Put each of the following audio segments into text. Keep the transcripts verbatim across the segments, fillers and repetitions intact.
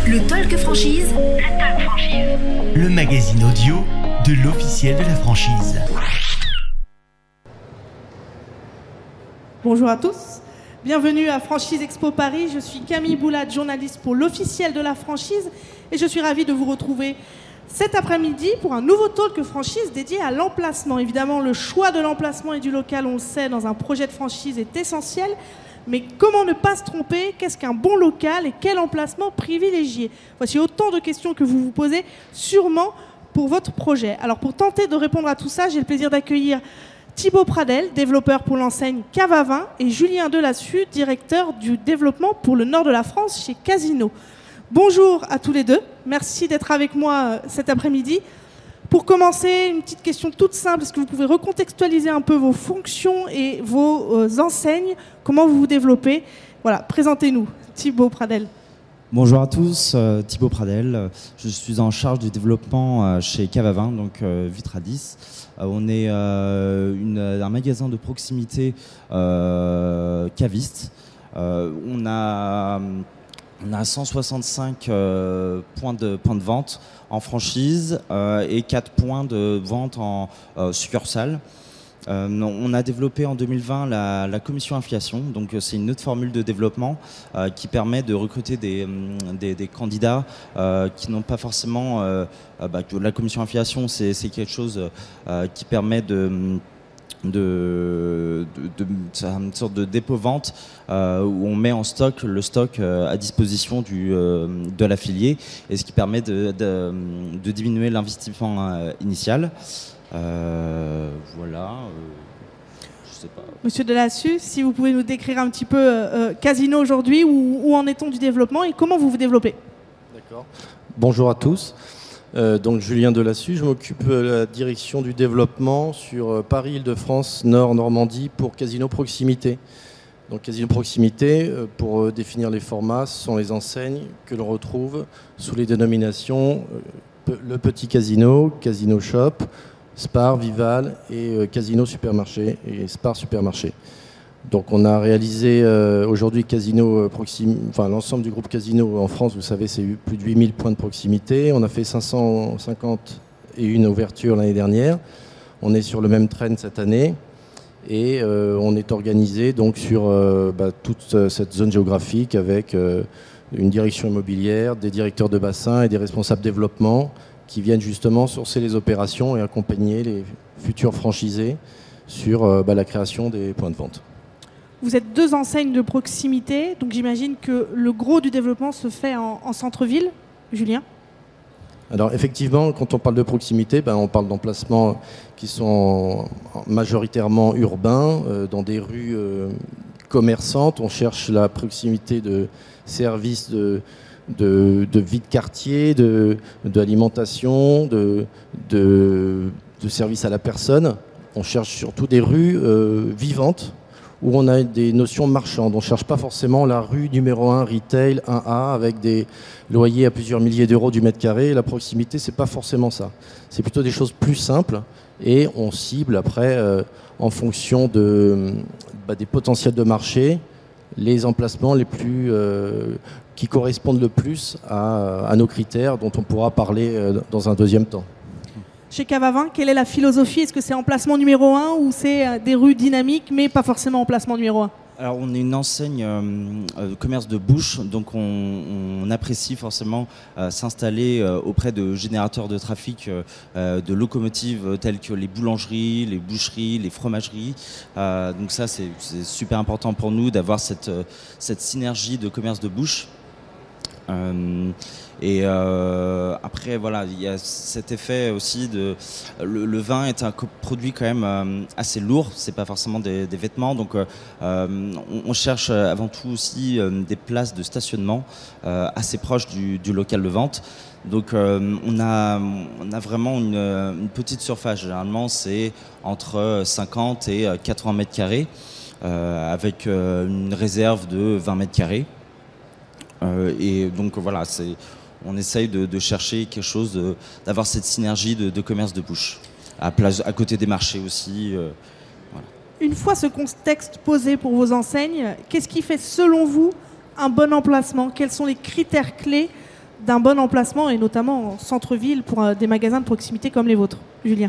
Le Talk Franchise. Le Talk Franchise. Le magazine audio de l'officiel de la franchise. Bonjour à tous. Bienvenue à Franchise Expo Paris. Je suis Camille Boulade, journaliste pour l'officiel de la franchise. Et je suis ravie de vous retrouver cet après-midi pour un nouveau Talk Franchise dédié à l'emplacement. Évidemment, le choix de l'emplacement et du local, on le sait, dans un projet de franchise est essentiel. Mais comment ne pas se tromper? Qu'est-ce qu'un bon local et quel emplacement privilégier? Voici autant de questions que vous vous posez sûrement pour votre projet. Alors pour tenter de répondre à tout ça, j'ai le plaisir d'accueillir Thibaut Pradel, développeur pour l'enseigne Cave à Vin, et Julien Delassus, directeur du développement pour le nord de la France chez Casino. Bonjour à tous les deux, merci d'être avec moi cet après-midi. Pour commencer, une petite question toute simple, est-ce que vous pouvez recontextualiser un peu vos fonctions et vos euh, enseignes? Comment vous vous développez? Voilà, présentez-nous, Thibaut Pradel. Bonjour à tous, euh, Thibaut Pradel. Je suis en charge du développement euh, chez Cave à Vin, donc euh, Vitradis. Euh, on est euh, une, un magasin de proximité euh, caviste. Euh, on a... On a cent soixante-cinq euh, points, de, points de vente en franchise euh, et quatre points de vente en euh, succursale. Euh, on a développé en deux mille vingt la, la commission inflation, donc euh, c'est une autre formule de développement euh, qui permet de recruter des, des, des candidats euh, qui n'ont pas forcément... Euh, bah, la commission inflation, c'est, c'est quelque chose euh, qui permet de... De, de, de, de une sorte de dépôt-vente euh, où on met en stock le stock euh, à disposition du, euh, de l'affilié, et ce qui permet de, de, de diminuer l'investissement euh, initial. Euh, voilà. Euh, je sais pas. Monsieur Delassus, si vous pouvez nous décrire un petit peu euh, Casino aujourd'hui, où, où en est-on du développement et comment vous vous développez? D'accord. Bonjour à tous. Euh, donc Julien Delassus, je m'occupe de la direction du développement sur euh, Paris, Île-de-France, Nord, Normandie pour Casino Proximité. Donc Casino Proximité, euh, pour euh, définir les formats, ce sont les enseignes que l'on retrouve sous les dénominations euh, le Petit Casino, Casino Shop, Spar, Vival et euh, Casino Supermarché et Spar Supermarché. Donc on a réalisé euh, aujourd'hui Casino euh, Proxim... enfin l'ensemble du groupe Casino en France, vous savez, c'est plus de huit mille points de proximité. On a fait cinq cent cinquante et une ouvertures l'année dernière. On est sur le même trend cette année et euh, on est organisé donc sur euh, bah, toute euh, cette zone géographique avec euh, une direction immobilière, des directeurs de bassin et des responsables développement qui viennent justement sourcer les opérations et accompagner les futurs franchisés sur euh, bah, la création des points de vente. Vous êtes deux enseignes de proximité, donc j'imagine que le gros du développement se fait en, en centre-ville. Julien? Alors effectivement, quand on parle de proximité, ben, on parle d'emplacements qui sont majoritairement urbains, euh, dans des rues euh, commerçantes. On cherche la proximité de services de, de, de vie de quartier, de, d'alimentation, de, de, de services à la personne. On cherche surtout des rues euh, vivantes, où on a des notions marchandes. On ne cherche pas forcément la rue numéro un, retail, un A, avec des loyers à plusieurs milliers d'euros du mètre carré. La proximité, ce n'est pas forcément ça. C'est plutôt des choses plus simples, et on cible après, euh, en fonction de, bah, des potentiels de marché, les emplacements les plus, euh, qui correspondent le plus à, à nos critères, dont on pourra parler euh, dans un deuxième temps. Chez Cave à Vin, quelle est la philosophie? Est-ce que c'est emplacement numéro un ou c'est des rues dynamiques mais pas forcément emplacement numéro un? Alors on est une enseigne euh, de commerce de bouche, donc on, on apprécie forcément euh, s'installer euh, auprès de générateurs de trafic, euh, de locomotives telles que les boulangeries, les boucheries, les fromageries. Euh, donc ça c'est, c'est super important pour nous d'avoir cette, cette synergie de commerce de bouche. Euh, et euh, après voilà, il y a cet effet aussi de le, le vin est un produit quand même euh, assez lourd, c'est pas forcément des, des vêtements, donc euh, on, on cherche avant tout aussi euh, des places de stationnement euh, assez proches du, du local de vente. Donc euh, on a on a vraiment une, une petite surface, généralement c'est entre cinquante et quatre-vingts mètres carrés euh, avec euh, une réserve de vingt mètres carrés. Euh, et donc voilà, c'est, on essaye de, de chercher quelque chose, de, d'avoir cette synergie de, de commerce de bouche, à, place, à côté des marchés aussi. Euh, voilà. Une fois ce contexte posé pour vos enseignes, qu'est-ce qui fait selon vous un bon emplacement? Quels sont les critères clés d'un bon emplacement, et notamment en centre-ville, pour euh, des magasins de proximité comme les vôtres? Julien.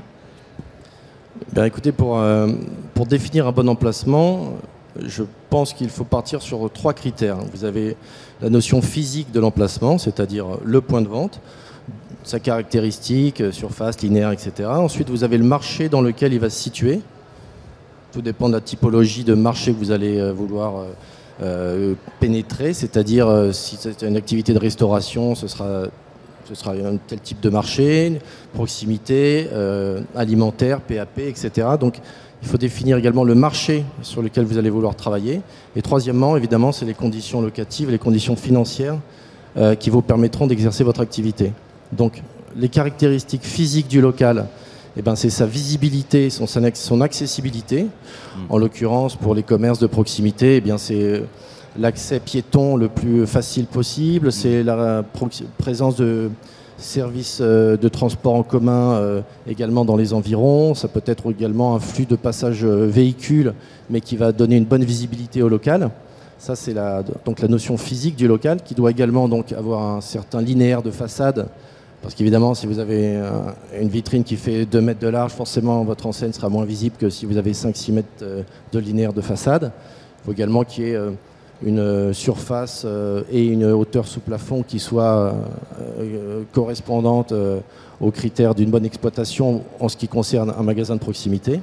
Ben, écoutez, pour, euh, pour définir un bon emplacement, je pense qu'il faut partir sur trois critères. Vous avez la notion physique de l'emplacement, c'est-à-dire le point de vente, sa caractéristique, surface, linéaire, et cetera. Ensuite, vous avez le marché dans lequel il va se situer. Tout dépend de la typologie de marché que vous allez euh, vouloir euh, euh, pénétrer, c'est-à-dire euh, si c'est une activité de restauration, ce sera, ce sera un tel type de marché, proximité, euh, alimentaire, P A P, et cetera. Donc, il faut définir également le marché sur lequel vous allez vouloir travailler. Et troisièmement, évidemment, c'est les conditions locatives, les conditions financières euh, qui vous permettront d'exercer votre activité. Donc, les caractéristiques physiques du local, eh ben, c'est sa visibilité, son, son accessibilité. Mmh. En l'occurrence, pour les commerces de proximité, eh bien, c'est l'accès piéton le plus facile possible, mmh. c'est la présence de services de transport en commun euh, également dans les environs. Ça peut être également un flux de passage véhicule, mais qui va donner une bonne visibilité au local. Ça, c'est la, donc la notion physique du local, qui doit également donc avoir un certain linéaire de façade. Parce qu'évidemment, si vous avez un, une vitrine qui fait deux mètres de large, forcément, votre enseigne sera moins visible que si vous avez cinq six mètres de linéaire de façade. Il faut également qu'il y ait une surface et une hauteur sous plafond qui soient euh, correspondantes euh, aux critères d'une bonne exploitation en ce qui concerne un magasin de proximité.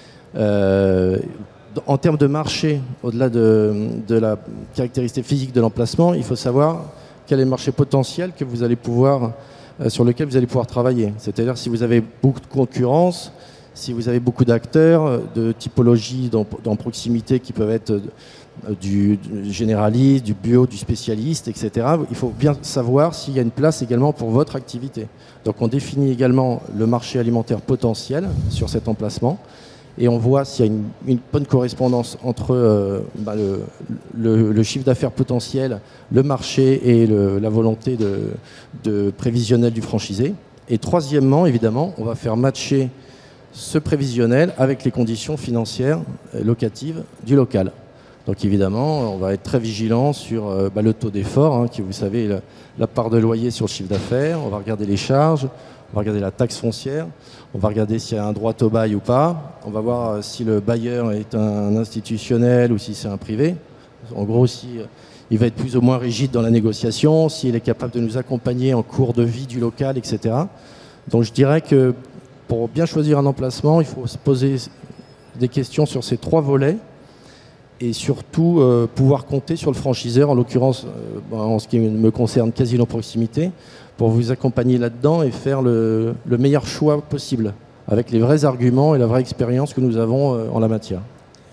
Euh, en termes de marché, au-delà de, de la caractéristique physique de l'emplacement, il faut savoir quel est le marché potentiel que vous allez pouvoir, euh, sur lequel vous allez pouvoir travailler. C'est-à-dire si vous avez beaucoup de concurrence, si vous avez beaucoup d'acteurs, de typologies dans, dans proximité qui peuvent être du, du généraliste, du bio, du spécialiste, et cetera. Il faut bien savoir s'il y a une place également pour votre activité. Donc on définit également le marché alimentaire potentiel sur cet emplacement et on voit s'il y a une, une bonne correspondance entre euh, bah, le, le, le chiffre d'affaires potentiel, le marché et le, la volonté de, de prévisionnel du franchisé. Et troisièmement, évidemment, on va faire matcher ce prévisionnel avec les conditions financières euh, locatives du local. Donc évidemment, on va être très vigilant sur euh, bah, le taux d'effort, hein, qui, vous savez, la, la part de loyer sur le chiffre d'affaires. On va regarder les charges, on va regarder la taxe foncière, on va regarder s'il y a un droit au bail ou pas. On va voir euh, si le bailleur est un institutionnel ou si c'est un privé. En gros, si euh, il va être plus ou moins rigide dans la négociation, s'il est capable de nous accompagner en cours de vie du local, et cetera. Donc je dirais que pour bien choisir un emplacement, il faut se poser des questions sur ces trois volets. Et surtout euh, pouvoir compter sur le franchiseur, en l'occurrence, euh, en ce qui me concerne, Casino Proximité, pour vous accompagner là-dedans et faire le, le meilleur choix possible, avec les vrais arguments et la vraie expérience que nous avons euh, en la matière.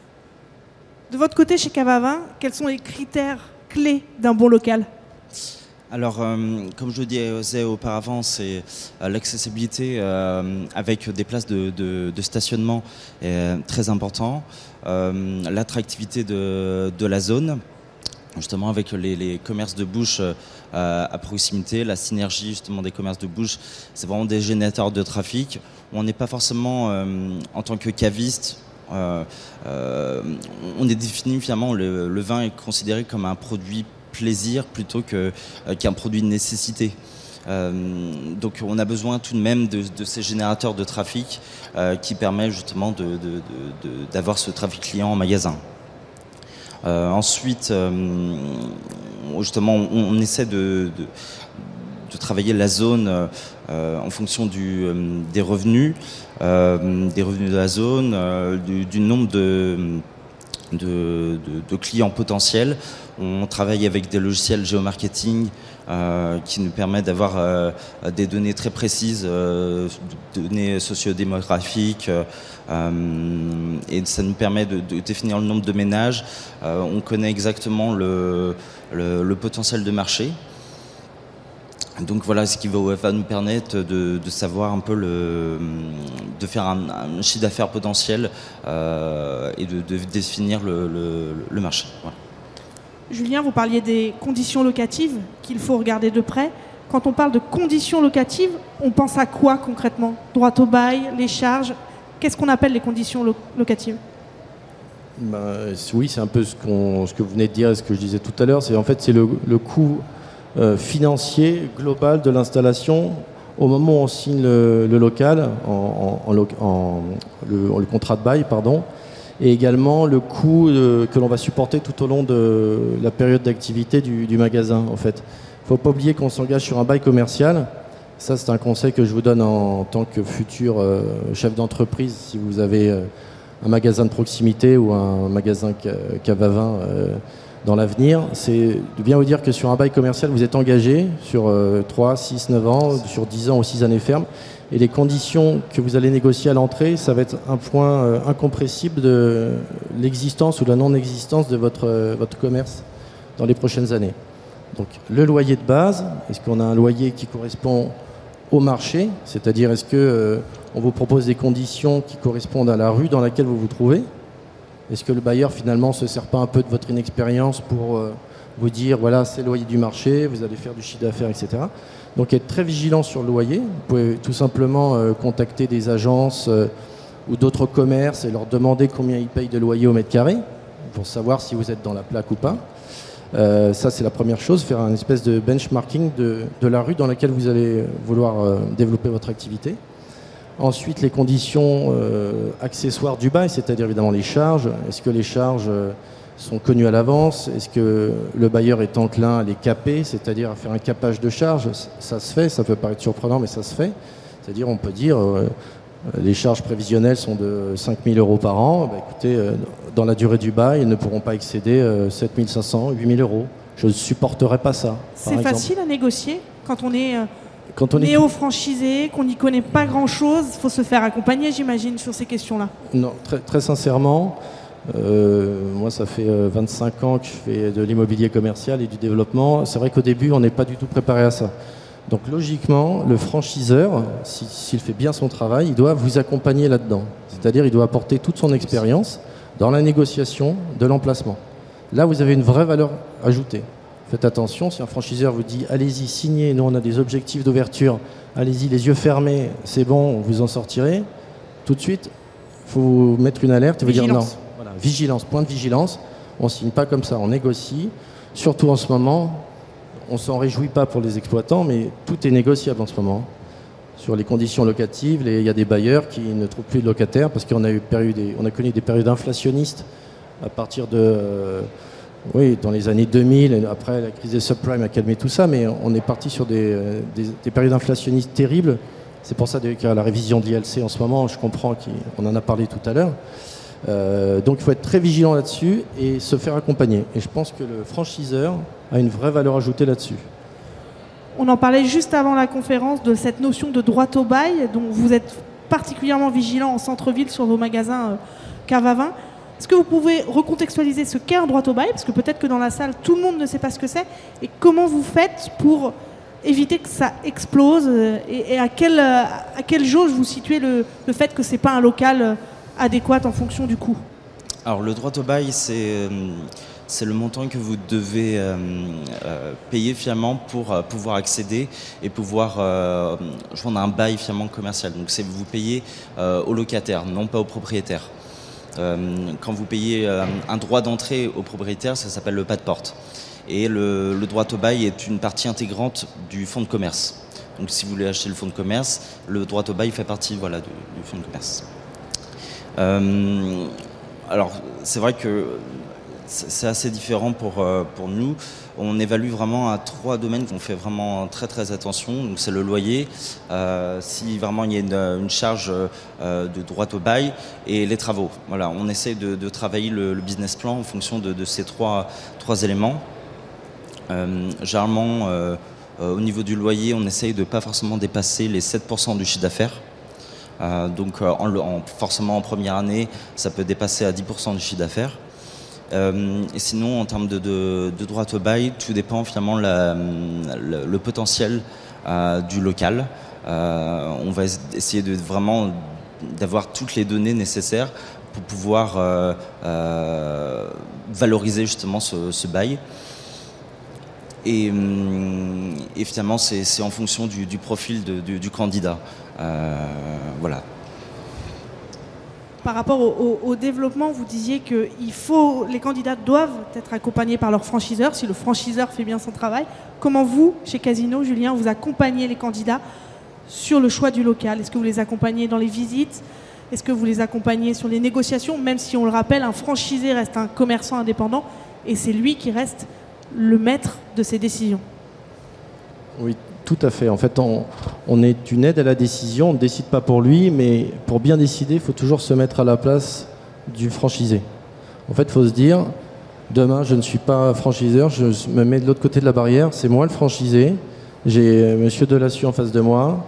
De votre côté, chez Cavavin, quels sont les critères clés d'un bon local ? Alors, euh, comme je le disais auparavant, c'est euh, l'accessibilité euh, avec des places de, de, de stationnement est très important. Euh, l'attractivité de, de la zone, justement avec les, les commerces de bouche euh, à proximité, la synergie justement des commerces de bouche, c'est vraiment des générateurs de trafic. On n'est pas forcément, euh, en tant que caviste, euh, euh, on est défini finalement, le, le vin est considéré comme un produit plaisir plutôt que, euh, qu'un produit de nécessité. Euh, donc on a besoin tout de même de, de ces générateurs de trafic euh, qui permettent justement de, de, de, de, d'avoir ce trafic client en magasin. Euh, ensuite, euh, justement, on, on essaie de, de, de travailler la zone euh, en fonction du, euh, des revenus, euh, des revenus de la zone, euh, du, du nombre de, de, de, de clients potentiels. On travaille avec des logiciels géomarketing euh, qui nous permettent d'avoir euh, des données très précises, euh, données sociodémographiques, euh, et ça nous permet de, de définir le nombre de ménages. Euh, on connaît exactement le, le, le potentiel de marché. Donc voilà ce qui va, va nous permettre de, de savoir un peu le, de faire un, un chiffre d'affaires potentiel euh, et de, de définir le, le, le marché. Voilà. Julien, vous parliez des conditions locatives qu'il faut regarder de près. Quand on parle de conditions locatives, on pense à quoi concrètement ? Droit au bail, les charges ? Qu'est-ce qu'on appelle les conditions lo- locatives ? Ben, oui, c'est un peu ce, qu'on, ce que vous venez de dire et ce que je disais tout à l'heure. C'est, en fait, c'est le, le coût euh, financier global de l'installation au moment où on signe le, le local, en, en, en, en, le, le contrat de bail, pardon, et également le coût euh, que l'on va supporter tout au long de la période d'activité du, du magasin. En fait, il ne faut pas oublier qu'on s'engage sur un bail commercial. Ça, c'est un conseil que je vous donne en, en tant que futur euh, chef d'entreprise. Si vous avez euh, un magasin de proximité ou un magasin cave à vin euh, dans l'avenir, c'est de bien vous dire que sur un bail commercial, vous êtes engagé sur euh, trois, six, neuf ans, sur dix ans ou six années fermes. Et les conditions que vous allez négocier à l'entrée, ça va être un point euh, incompressible de l'existence ou de la non-existence de votre, euh, votre commerce dans les prochaines années. Donc le loyer de base, est-ce qu'on a un loyer qui correspond au marché, c'est-à-dire est-ce que euh, on vous propose des conditions qui correspondent à la rue dans laquelle vous vous trouvez? Est-ce que le bailleur finalement se sert pas un peu de votre inexpérience pour euh, vous dire voilà c'est le loyer du marché, vous allez faire du chiffre d'affaires, et cetera. Donc être très vigilant sur le loyer. Vous pouvez tout simplement euh, contacter des agences euh, ou d'autres commerces et leur demander combien ils payent de loyer au mètre carré pour savoir si vous êtes dans la plaque ou pas. Euh, ça c'est la première chose, faire un espèce de benchmarking de, de la rue dans laquelle vous allez vouloir euh, développer votre activité. Ensuite les conditions euh, accessoires du bail, c'est-à-dire évidemment les charges. Est-ce que les charges euh, sont connues à l'avance? Est-ce que le bailleur est enclin à les caper, c'est-à-dire à faire un capage de charges? Ça se fait, ça peut paraître surprenant mais ça se fait. C'est-à-dire on peut dire euh, les charges prévisionnelles sont de cinq mille euros par an. Bah, écoutez, euh, dans la durée du bail, ils ne pourront pas excéder euh, sept mille cinq cents, huit mille euros. Je ne supporterai pas ça. C'est facile à négocier quand on est, euh, quand on est néo-franchisé, qu'on n'y connaît pas grand-chose. Il faut se faire accompagner, j'imagine, sur ces questions-là. Non, très, très sincèrement, euh, moi ça fait euh, vingt-cinq ans que je fais de l'immobilier commercial et du développement. C'est vrai qu'au début, on n'est pas du tout préparé à ça. Donc logiquement, le franchiseur, s'il si, fait bien son travail, il doit vous accompagner là-dedans. C'est-à-dire il doit apporter toute son expérience dans la négociation de l'emplacement. Là, vous avez une vraie valeur ajoutée. Faites attention, si un franchiseur vous dit « allez-y, signez, nous on a des objectifs d'ouverture, allez-y, les yeux fermés, c'est bon, vous en sortirez », tout de suite, il faut vous mettre une alerte et vous dire non. Voilà, vigilance, point de vigilance, on ne signe pas comme ça, on négocie, surtout en ce moment. On ne s'en réjouit pas pour les exploitants, mais tout est négociable en ce moment. Sur les conditions locatives, il y a des bailleurs qui ne trouvent plus de locataires parce qu'on a, eu période, on a connu des périodes inflationnistes à partir de... Euh, oui, dans les années deux mille, après la crise des subprimes a calmé tout ça, mais on est parti sur des, des, des périodes inflationnistes terribles. C'est pour ça qu'il y a la révision de l'I L C en ce moment, je comprends qu'on en a parlé tout à l'heure. Euh, donc il faut être très vigilant là-dessus et se faire accompagner. Et je pense que le franchiseur a une vraie valeur ajoutée là-dessus. On en parlait juste avant la conférence de cette notion de droit au bail, dont vous êtes particulièrement vigilant en centre-ville sur vos magasins euh, cave à vin. Est-ce que vous pouvez recontextualiser ce qu'est un droit au bail? Parce que peut-être que dans la salle, tout le monde ne sait pas ce que c'est. Et comment vous faites pour éviter que ça explose? Et, et à, quelle, à quelle jauge vous situez le, le fait que ce n'est pas un local adéquate en fonction du coût? Alors le droit au bail, c'est euh, c'est le montant que vous devez euh, euh, payer finalement pour euh, pouvoir accéder et pouvoir euh, joindre un bail finalement commercial. Donc c'est vous payez euh, au locataire, non pas au propriétaire. Euh, quand vous payez euh, un droit d'entrée au propriétaire, ça s'appelle le pas de porte. Et le, le droit au bail est une partie intégrante du fonds de commerce. Donc si vous voulez acheter le fonds de commerce, le droit au bail fait partie voilà, du, du fonds de commerce. Euh, alors c'est vrai que c'est assez différent pour, euh, pour nous. On évalue vraiment à trois domaines qu'on fait vraiment très très attention. Donc c'est le loyer, euh, si vraiment il y a une, une charge euh, de droit au bail, et les travaux. Voilà, on essaie de, de travailler le, le business plan en fonction de, de ces trois, trois éléments. Euh, généralement, euh, euh, au niveau du loyer, on essaye de ne pas forcément dépasser les sept pour cent du chiffre d'affaires. Euh, donc euh, en, en, forcément en première année, ça peut dépasser à dix pour cent du chiffre d'affaires. Euh, et sinon, en termes de, de, de droit au bail, tout dépend finalement la, le, le potentiel euh, du local. Euh, on va essayer de vraiment d'avoir toutes les données nécessaires pour pouvoir euh, euh, valoriser justement ce, ce bail. Et, et finalement, c'est en fonction du, du profil de, du, du candidat. Euh, voilà. par rapport au, au, au développement, vous disiez que il faut, les candidats doivent être accompagnés par leur franchiseur, si le franchiseur fait bien son travail. Comment vous, chez Casino, Julien, vous accompagnez les candidats sur le choix du local? Est-ce que vous les accompagnez dans les visites? Est-ce que vous les accompagnez sur les négociations? Même si, on le rappelle, un franchisé reste un commerçant indépendant et c'est lui qui reste le maître de ses décisions. Oui, tout à fait. En fait, on, on est une aide à la décision. On ne décide pas pour lui, mais pour bien décider, il faut toujours se mettre à la place du franchisé. En fait, il faut se dire, demain, je ne suis pas franchiseur, je me mets de l'autre côté de la barrière, c'est moi le franchisé, j'ai monsieur Delassue en face de moi,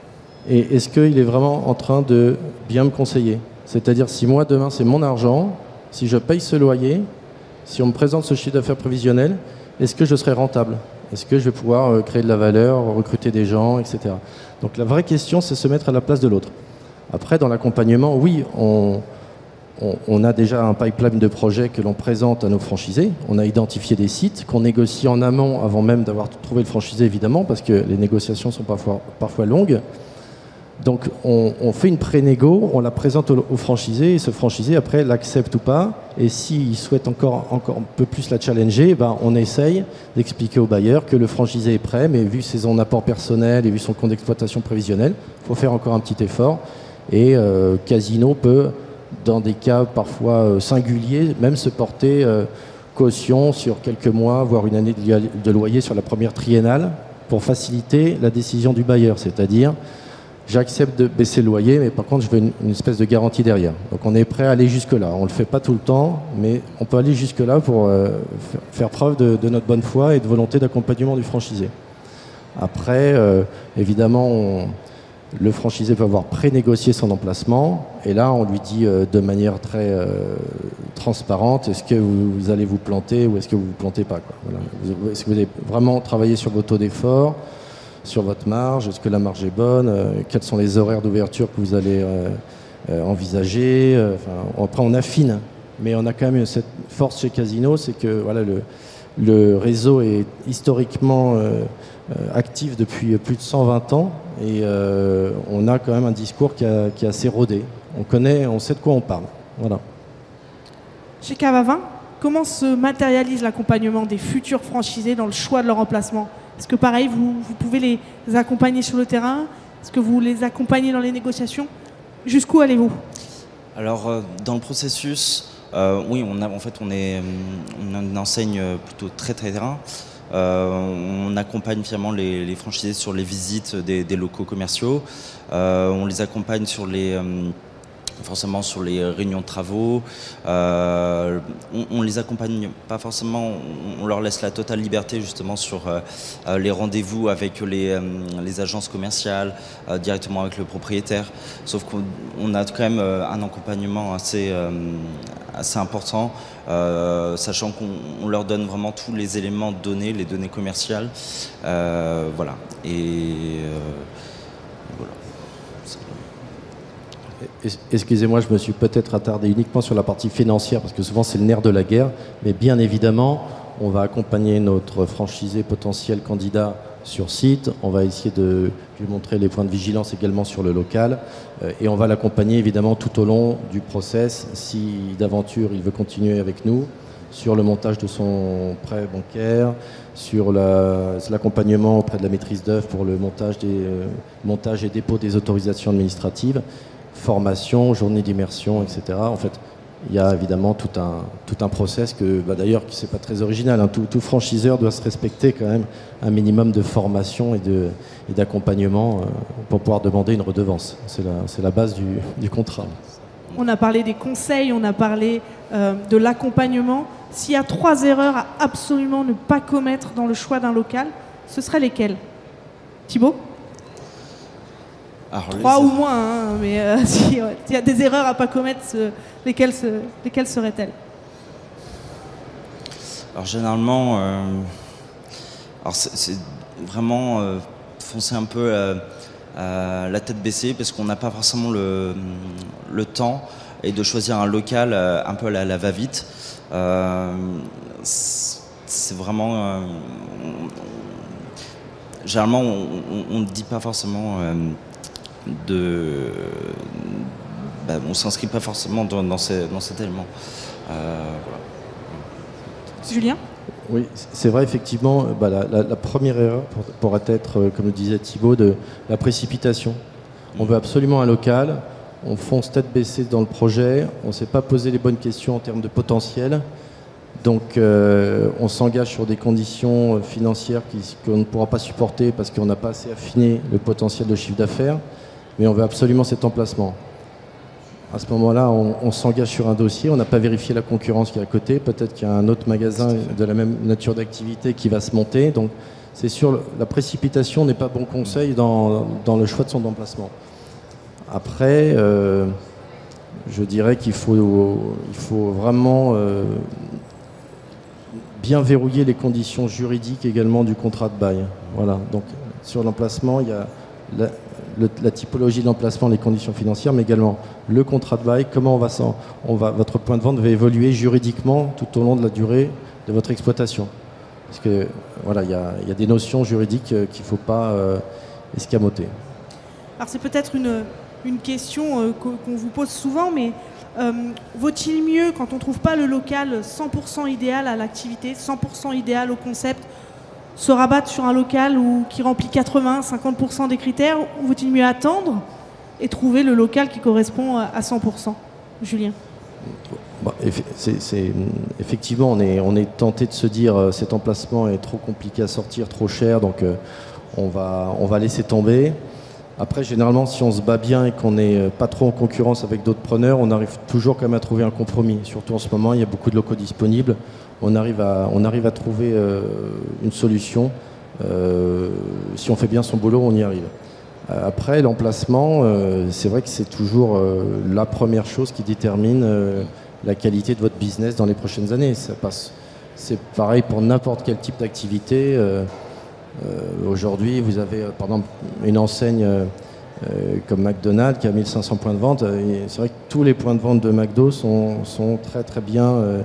et est-ce qu'il est vraiment en train de bien me conseiller? C'est-à-dire, si moi, demain, c'est mon argent, si je paye ce loyer, si on me présente ce chiffre d'affaires prévisionnel, est-ce que je serai rentable? Est-ce que je vais pouvoir euh, créer de la valeur, recruter des gens, et cetera. Donc la vraie question, c'est se mettre à la place de l'autre. Après, dans l'accompagnement, oui, on, on, on a déjà un pipeline de projets que l'on présente à nos franchisés. On a identifié des sites qu'on négocie en amont avant même d'avoir trouvé le franchisé, évidemment, parce que les négociations sont parfois, parfois longues. Donc on, on fait une pré-négo, on la présente au, au franchisé, et ce franchisé après l'accepte ou pas, et s'il souhaite encore, encore un peu plus la challenger, ben, on essaye d'expliquer au bailleur que le franchisé est prêt, mais vu son apport personnel et vu son compte d'exploitation prévisionnel, il faut faire encore un petit effort, et euh, Casino peut, dans des cas parfois euh, singuliers, même se porter euh, caution sur quelques mois, voire une année de, de loyer sur la première triennale, pour faciliter la décision du bailleur, c'est-à-dire j'accepte de baisser le loyer, mais par contre, je veux une, une espèce de garantie derrière. Donc, on est prêt à aller jusque-là. On ne le fait pas tout le temps, mais on peut aller jusque-là pour euh, faire preuve de, de notre bonne foi et de volonté d'accompagnement du franchisé. Après, euh, évidemment, on, le franchisé peut avoir pré-négocié son emplacement, et là, on lui dit euh, de manière très euh, transparente, est-ce que vous, vous allez vous planter ou est-ce que vous ne vous plantez pas, quoi. Voilà. Est-ce que vous avez vraiment travaillé sur vos taux d'effort, sur votre marge, est-ce que la marge est bonne, euh, quels sont les horaires d'ouverture que vous allez euh, euh, envisager, euh, enfin, après on affine, mais on a quand même cette force chez Casino, c'est que voilà, le, le réseau est historiquement euh, euh, actif depuis plus de cent vingt ans, et euh, on a quand même un discours qui, a, qui est assez rodé, on connaît, on sait de quoi on parle. Voilà. Chez Cavavin, comment se matérialise l'accompagnement des futurs franchisés dans le choix de leur emplacement? Est-ce que pareil, vous, vous pouvez les accompagner sur le terrain? Est-ce que vous les accompagnez dans les négociations? Jusqu'où allez-vous? Alors, euh, dans le processus, euh, oui, on a, en fait, on, est, on a une enseigne plutôt très très terrain. Euh, on accompagne finalement les, les franchisés sur les visites des, des locaux commerciaux. Euh, on les accompagne sur les... Euh, forcément sur les réunions de travaux, euh, on, on les accompagne pas forcément, on, on leur laisse la totale liberté justement sur euh, les rendez-vous avec les, euh, les agences commerciales, euh, directement avec le propriétaire, sauf qu'on on a quand même euh, un accompagnement assez, euh, assez important, euh, sachant qu'on on leur donne vraiment tous les éléments de données, les données commerciales, euh, voilà, et euh, voilà. Excusez-moi, je me suis peut-être attardé uniquement sur la partie financière, parce que souvent c'est le nerf de la guerre, mais bien évidemment, on va accompagner notre franchisé potentiel candidat sur site, on va essayer de lui montrer les points de vigilance également sur le local, euh, et on va l'accompagner évidemment tout au long du process, si d'aventure il veut continuer avec nous, sur le montage de son prêt bancaire, sur la, l'accompagnement auprès de la maîtrise d'œuvre pour le montage, des, euh, montage et dépôt des autorisations administratives, formation, journée d'immersion, et cetera. En fait, il y a évidemment tout un, tout un process que, bah d'ailleurs, qui c'est pas très original. Hein. Tout, tout franchiseur doit se respecter quand même un minimum de formation et, de, et d'accompagnement euh, pour pouvoir demander une redevance. C'est la, c'est la base du, du contrat. On a parlé des conseils, on a parlé euh, de l'accompagnement. S'il y a trois erreurs à absolument ne pas commettre dans le choix d'un local, ce seraient lesquelles? Thibaut? Alors, Trois les... ou moins, hein, mais euh, s'il y a des erreurs à ne pas commettre, ce, lesquelles, ce, lesquelles seraient-elles? Alors généralement, euh, alors c'est, c'est vraiment euh, foncer un peu euh, euh, la tête baissée, parce qu'on n'a pas forcément le, le temps, et de choisir un local euh, un peu à la, la va-vite. Euh, c'est, c'est vraiment... Euh, on, généralement, on ne dit pas forcément... Euh, De, bah, on ne s'inscrit pas forcément dans, dans, ces, dans cet élément. Euh, voilà. Julien ? Oui, c'est vrai, effectivement, bah, la, la, la première erreur pourrait être, comme le disait Thibaut, de la précipitation. On veut absolument un local, on fonce tête baissée dans le projet, on ne s'est pas posé les bonnes questions en termes de potentiel, donc euh, on s'engage sur des conditions financières qui, qu'on ne pourra pas supporter parce qu'on n'a pas assez affiné le potentiel de chiffre d'affaires, mais on veut absolument cet emplacement. À ce moment-là, on, on s'engage sur un dossier, on n'a pas vérifié la concurrence qui est à côté, peut-être qu'il y a un autre magasin de la même nature d'activité qui va se monter, donc c'est sûr, la précipitation n'est pas bon conseil dans, dans le choix de son emplacement. Après, euh, je dirais qu'il faut, il faut vraiment euh, bien verrouiller les conditions juridiques également du contrat de bail. Voilà. Donc, sur l'emplacement, il y a la, le, la typologie de l'emplacement, les conditions financières, mais également le contrat de bail, comment on va, on va, votre point de vente va évoluer juridiquement tout au long de la durée de votre exploitation. Parce que voilà, il y a, il y a des notions juridiques qu'il ne faut pas euh, escamoter. Alors c'est peut-être une, une question euh, qu'on vous pose souvent, mais euh, vaut-il mieux, quand on ne trouve pas le local cent pour cent idéal à l'activité, cent pour cent idéal au concept, se rabattre sur un local où, qui remplit quatre-vingts à cinquante pour cent des critères, ou vaut-il mieux attendre et trouver le local qui correspond à cent pour cent ? Julien ? Bah, c'est, c'est, effectivement, on est, on est tenté de se dire euh, cet emplacement est trop compliqué à sortir, trop cher, donc euh, on, va, on va laisser tomber. Après, généralement, si on se bat bien et qu'on n'est pas trop en concurrence avec d'autres preneurs, on arrive toujours quand même à trouver un compromis. Surtout en ce moment, il y a beaucoup de locaux disponibles. On arrive à, on arrive à trouver euh, une solution. Euh, si on fait bien son boulot, on y arrive. Après, l'emplacement, euh, c'est vrai que c'est toujours euh, la première chose qui détermine euh, la qualité de votre business dans les prochaines années. Ça passe, c'est pareil pour n'importe quel type d'activité. Euh, euh, aujourd'hui, vous avez, par exemple, une enseigne euh, comme McDonald's qui a mille cinq cents points de vente. Et c'est vrai que tous les points de vente de McDo sont, sont très très bien euh,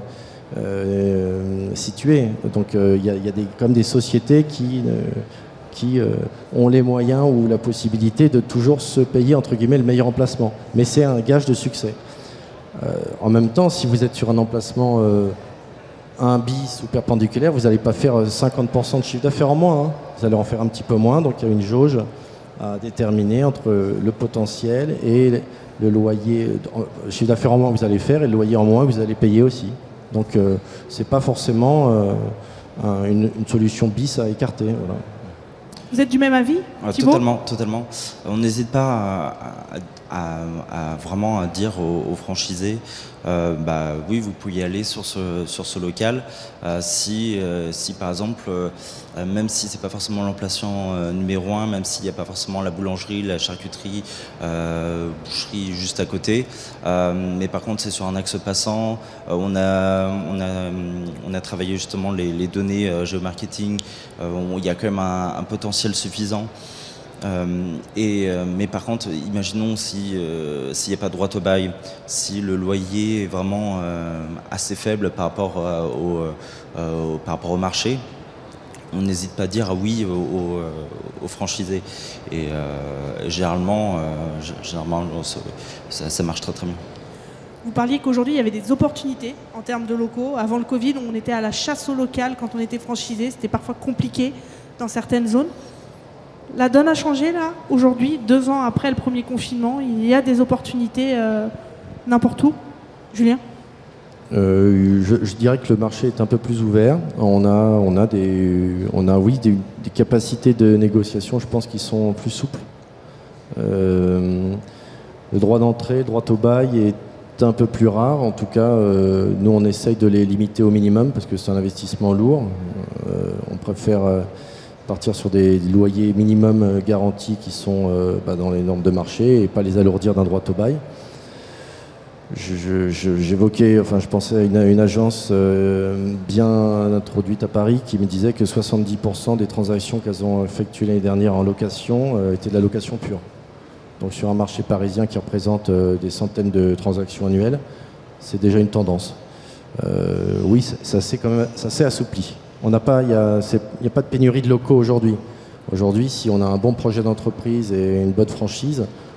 euh, situés. Donc, il euh, y a, y a des, comme des sociétés qui... Euh, qui euh, ont les moyens ou la possibilité de toujours se payer entre guillemets le meilleur emplacement. Mais c'est un gage de succès. Euh, en même temps, si vous êtes sur un emplacement euh, un bis ou perpendiculaire, vous n'allez pas faire cinquante pour cent de chiffre d'affaires en moins. Hein. Vous allez en faire un petit peu moins. Donc il y a une jauge à déterminer entre le potentiel et le loyer, le chiffre d'affaires en moins que vous allez faire et le loyer en moins que vous allez payer aussi. Donc euh, c'est pas forcément euh, un, une, une solution bis à écarter. Voilà. Vous êtes du même avis, Thibaut ? Totalement, totalement. On n'hésite pas à, à, à vraiment à dire aux, aux franchisés, euh, bah oui, vous pouvez y aller sur ce sur ce local. Euh, si euh, si par exemple, euh, même si c'est pas forcément l'emplacement euh, numéro un, même s'il n'y a pas forcément la boulangerie, la charcuterie, euh, boucherie juste à côté, euh, mais par contre c'est sur un axe passant. Euh, on a on a on a travaillé justement les, les données euh, géomarketing. Euh, il y a quand même un, un potentiel suffisant. Euh, et, euh, mais par contre, imaginons si euh, s'il n'y a pas de droit au bail, si le loyer est vraiment euh, assez faible par rapport, euh, au, euh, par rapport au marché, on n'hésite pas à dire ah oui aux, aux franchisés. Et euh, généralement, euh, généralement ça, ça marche très très bien. Vous parliez qu'aujourd'hui, il y avait des opportunités en termes de locaux. Avant le Covid, on était à la chasse au local quand on était franchisé. C'était parfois compliqué dans certaines zones. La donne a changé, là. Aujourd'hui, deux ans après le premier confinement, il y a des opportunités euh, n'importe où. Julien ? euh, je, je dirais que le marché est un peu plus ouvert. On a, on a, des, on a oui, des, des capacités de négociation, je pense, qui sont plus souples. Euh, le droit d'entrée, le droit au bail est un peu plus rare. En tout cas, euh, nous, on essaye de les limiter au minimum parce que c'est un investissement lourd. Euh, on préfère euh, partir sur des loyers minimum euh, garantis qui sont euh, bah, dans les normes de marché et pas les alourdir d'un droit au bail. Je, je, j'évoquais, enfin, je pensais à une, une agence euh, bien introduite à Paris qui me disait que soixante-dix pour cent des transactions qu'elles ont effectuées l'année dernière en location euh, étaient de la location pure. Donc sur un marché parisien qui représente euh, des centaines de transactions annuelles, c'est déjà une tendance. Euh, oui, ça, ça s'est quand même, ça s'est assoupli. On n'a pas, il n'y a, a pas de pénurie de locaux aujourd'hui. Aujourd'hui, si on a un bon projet d'entreprise et une bonne franchise,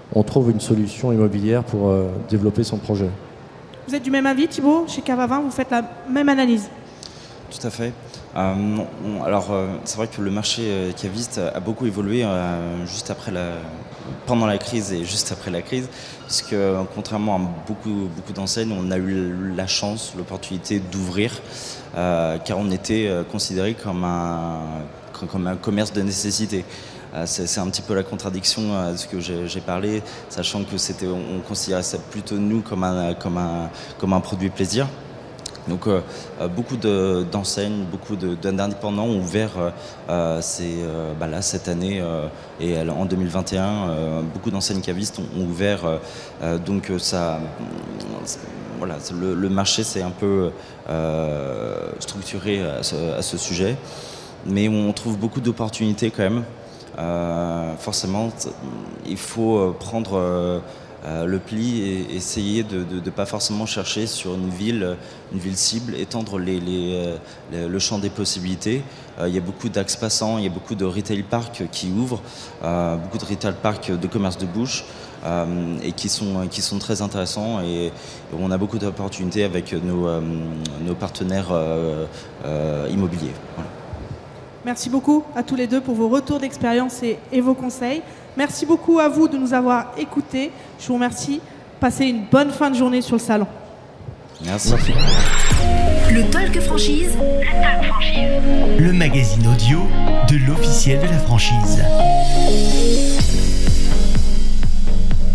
on trouve une solution immobilière pour euh, développer son projet. Vous êtes du même avis, Thibaut? Chez Cavavin, vous faites la même analyse? Tout à fait. Euh, on, alors, euh, c'est vrai que le marché euh, caviste a beaucoup évolué euh, juste après la, pendant la crise et juste après la crise, puisque euh, contrairement à beaucoup, beaucoup d'enseignes, on a eu la chance, l'opportunité d'ouvrir, euh, car on était euh, considéré comme un, comme un commerce de nécessité. Euh, c'est, c'est un petit peu la contradiction euh, de ce que j'ai, j'ai parlé, sachant que c'était, on, on considérait ça plutôt nous comme un, comme un, comme un produit plaisir. Donc euh, beaucoup de, d'enseignes, beaucoup de, d'indépendants ont ouvert euh, ces, euh, bah là, cette année euh, et en deux mille vingt et un, euh, beaucoup d'enseignes cavistes ont, ont ouvert. Euh, donc ça, voilà, le, le marché s'est un peu euh, structuré à ce, à ce sujet, mais on trouve beaucoup d'opportunités quand même. Euh, forcément, il faut prendre euh, Euh, le pli et essayer de ne pas forcément chercher sur une ville, une ville cible, étendre les, les, les, le champ des possibilités. Euh, il y a beaucoup d'axes passants, il y a beaucoup de retail parks qui ouvrent, euh, beaucoup de retail parks de commerce de bouche euh, et qui sont, qui sont très intéressants et, et on a beaucoup d'opportunités avec nos, euh, nos partenaires euh, euh, immobiliers. Voilà. Merci beaucoup à tous les deux pour vos retours d'expérience et, et vos conseils. Merci beaucoup à vous de nous avoir écoutés. Je vous remercie. Passez une bonne fin de journée sur le salon. Merci. Merci. Le Talk Franchise. Le Talk Franchise. Le magazine audio de l'officiel de la franchise.